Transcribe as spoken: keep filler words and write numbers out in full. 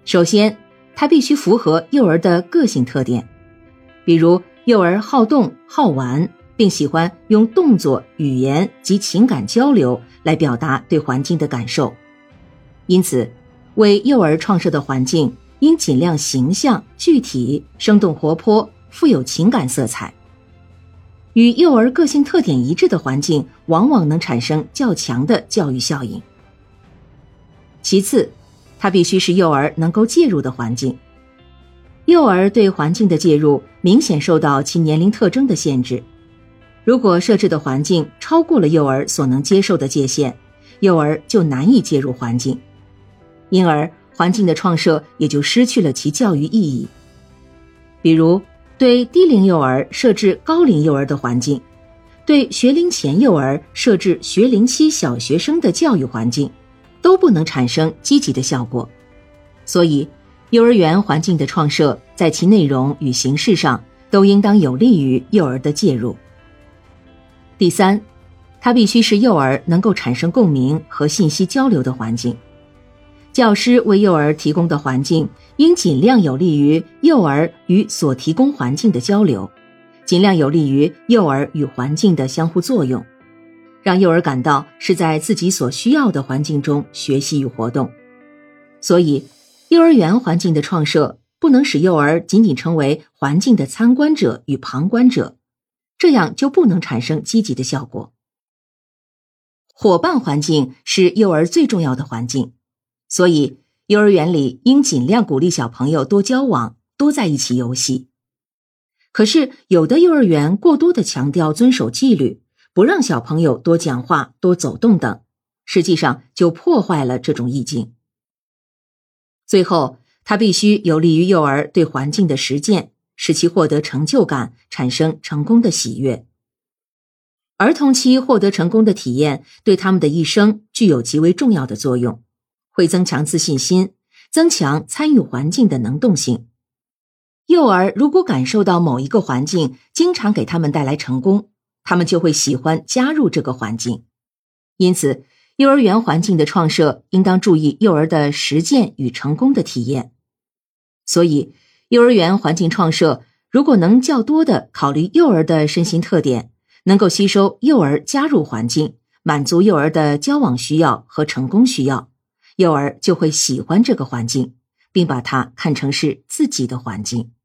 首先，它必须符合幼儿的个性特点，比如幼儿好动、好玩，并喜欢用动作、语言及情感交流来表达对环境的感受。因此，为幼儿创设的环境应尽量形象、具体、生动活泼，富有情感色彩。与幼儿个性特点一致的环境，往往能产生较强的教育效应。其次，它必须是幼儿能够介入的环境。幼儿对环境的介入明显受到其年龄特征的限制。如果设置的环境超过了幼儿所能接受的界限，幼儿就难以介入环境，因而环境的创设也就失去了其教育意义。比如，对低龄幼儿设置高龄幼儿的环境，对学龄前幼儿设置学龄期小学生的教育环境，都不能产生积极的效果。所以，幼儿园环境的创设在其内容与形式上都应当有利于幼儿的介入。第三，它必须是幼儿能够产生共鸣和信息交流的环境。教师为幼儿提供的环境应尽量有利于幼儿与所提供环境的交流，尽量有利于幼儿与环境的相互作用，让幼儿感到是在自己所需要的环境中学习与活动。所以，幼儿园环境的创设不能使幼儿仅仅成为环境的参观者与旁观者，这样就不能产生积极的效果。伙伴环境是幼儿最重要的环境，所以幼儿园里应尽量鼓励小朋友多交往，多在一起游戏。可是有的幼儿园过多地强调遵守纪律，不让小朋友多讲话、多走动等，实际上就破坏了这种意境。最后，它必须有利于幼儿对环境的实践，使其获得成就感，产生成功的喜悦。儿童期获得成功的体验对他们的一生具有极为重要的作用，会增强自信心，增强参与环境的能动性。幼儿如果感受到某一个环境经常给他们带来成功，他们就会喜欢加入这个环境。因此，幼儿园环境的创设应当注意幼儿的实践与成功的体验。所以，幼儿园环境创设如果能较多地考虑幼儿的身心特点，能够吸收幼儿加入环境，满足幼儿的交往需要和成功需要，幼儿就会喜欢这个环境，并把它看成是自己的环境。